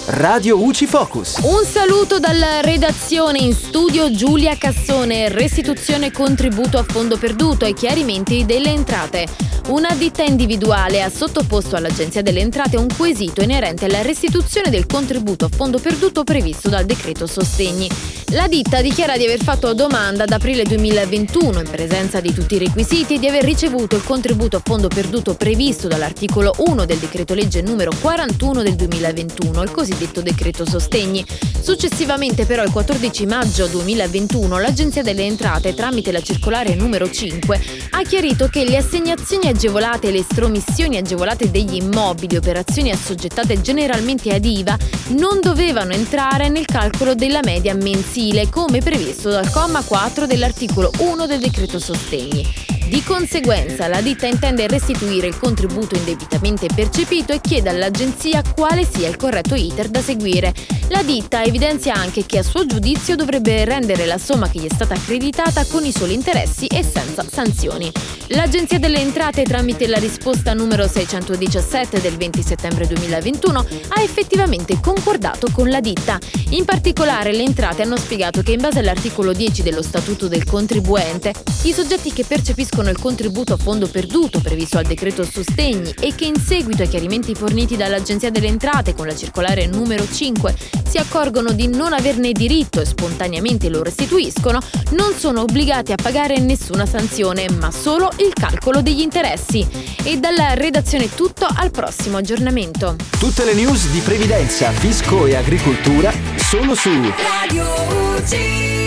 Radio UCI Focus. Un saluto dalla redazione, in studio Giulia Cassone. Restituzione contributo a fondo perduto e chiarimenti delle entrate. Una ditta individuale ha sottoposto all'Agenzia delle Entrate un quesito inerente alla restituzione del contributo a fondo perduto previsto dal decreto sostegni. La ditta dichiara di aver fatto domanda ad aprile 2021 in presenza di tutti i requisiti e di aver ricevuto il contributo a fondo perduto previsto dall'articolo 1 del decreto legge numero 41 del 2021, il cosiddetto decreto sostegni. Successivamente però il 14 maggio 2021 l'Agenzia delle Entrate, tramite la circolare numero 5, ha chiarito che le assegnazioni agevolate e le estromissioni agevolate degli immobili, operazioni assoggettate generalmente ad IVA, non dovevano entrare nel calcolo della media mensile, come previsto dal comma 4 dell'articolo 1 del decreto sostegni. Di conseguenza, la ditta intende restituire il contributo indebitamente percepito e chiede all'agenzia quale sia il corretto iter da seguire. La ditta evidenzia anche che a suo giudizio dovrebbe rendere la somma che gli è stata accreditata con i soli interessi e senza sanzioni. L'Agenzia delle Entrate, tramite la risposta numero 617 del 20 settembre 2021, ha effettivamente concordato con la ditta. In particolare, le entrate hanno spiegato che in base all'articolo 10 dello Statuto del contribuente, i soggetti che percepiscono il contributo a fondo perduto previsto al decreto sostegni e che in seguito ai chiarimenti forniti dall'Agenzia delle Entrate con la circolare numero 5 si accorgono di non averne diritto e spontaneamente lo restituiscono, non sono obbligati a pagare nessuna sanzione, ma solo il calcolo degli interessi. E dalla redazione è tutto, al prossimo aggiornamento. Tutte le news di previdenza, fisco e agricoltura solo su Radio UCI.